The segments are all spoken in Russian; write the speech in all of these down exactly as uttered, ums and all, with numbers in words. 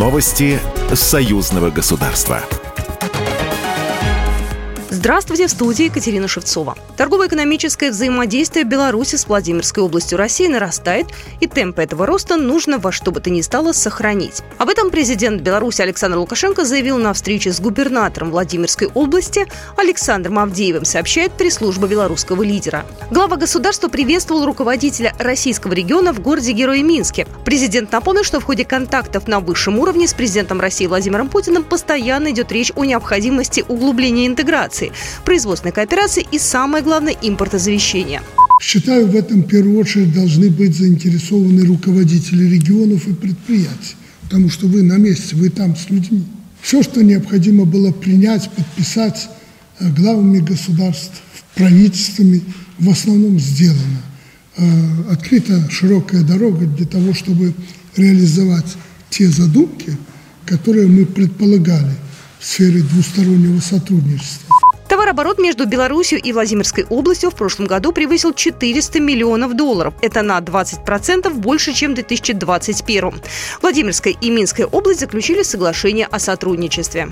Новости союзного государства. Здравствуйте, в студии Екатерина Шевцова. Торгово-экономическое взаимодействие Беларуси с Владимирской областью России нарастает, и темпы этого роста нужно во что бы то ни стало сохранить. Об этом президент Беларуси Александр Лукашенко заявил на встрече с губернатором Владимирской области Александром Авдеевым, сообщает пресс-служба белорусского лидера. Глава государства приветствовал руководителя российского региона в городе-герое Минске. Президент напомнил, что в ходе контактов на высшем уровне с президентом России Владимиром Путиным постоянно идет речь о необходимости углубления интеграции, производственной кооперации и, самое главное, импортозамещения. Считаю, в этом в первую очередь должны быть заинтересованы руководители регионов и предприятий, потому что вы на месте, вы там с людьми. Все, что необходимо было принять, подписать главами государств, правительствами, в основном сделано. Открыта широкая дорога для того, чтобы реализовать те задумки, которые мы предполагали в сфере двустороннего сотрудничества. Товарооборот между Беларусью и Владимирской областью в прошлом году превысил четыреста миллионов долларов. Это на двадцать процентов больше, чем в две тысячи двадцать первом. Владимирская и Минская область заключили соглашение о сотрудничестве.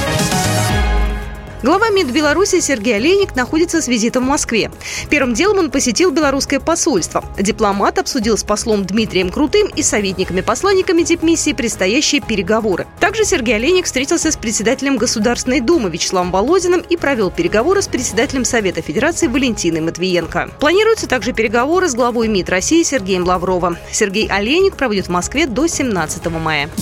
Глава МИД Беларуси Сергей Олейник находится с визитом в Москве. Первым делом он посетил белорусское посольство. Дипломат обсудил с послом Дмитрием Крутым и советниками-посланниками дипмиссии предстоящие переговоры. Также Сергей Олейник встретился с председателем Государственной Думы Вячеславом Володиным и провел переговоры с председателем Совета Федерации Валентиной Матвиенко. Планируются также переговоры с главой МИД России Сергеем Лавровым. Сергей Олейник проводит в Москве до семнадцатого мая.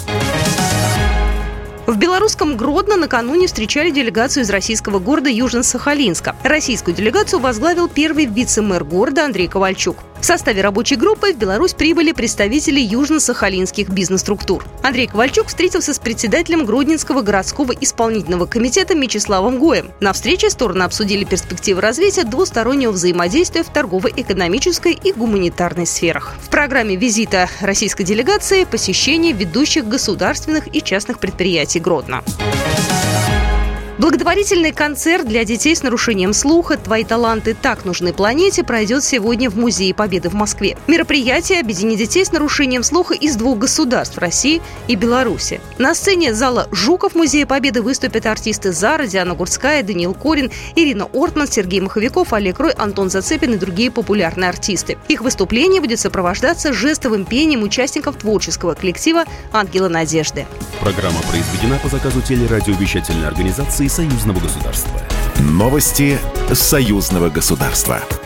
В белорусском Гродно накануне встречали делегацию из российского города Южно-Сахалинска. Российскую делегацию возглавил первый вице-мэр города Андрей Ковальчук. В составе рабочей группы в Беларусь прибыли представители южно-сахалинских бизнес-структур. Андрей Ковальчук встретился с председателем Гродненского городского исполнительного комитета Мечиславом Гоем. На встрече стороны обсудили перспективы развития двустороннего взаимодействия в торгово-экономической и гуманитарной сферах. В программе визита российской делегации посещение ведущих государственных и частных предприятий Гродно. Благотворительный концерт для детей с нарушением слуха «Твои таланты так нужны планете» пройдет сегодня в Музее Победы в Москве. Мероприятие объединит детей с нарушением слуха из двух государств – России и Беларуси. На сцене зала «Жуков» Музея Победы выступят артисты Зара, Диана Гурцкая, Даниил Корин, Ирина Ортман, Сергей Маховиков, Олег Рой, Антон Зацепин и другие популярные артисты. Их выступление будет сопровождаться жестовым пением участников творческого коллектива «Ангелы Надежды». Программа произведена по заказу телерадиовещательной организации Союзного государства. Новости союзного государства.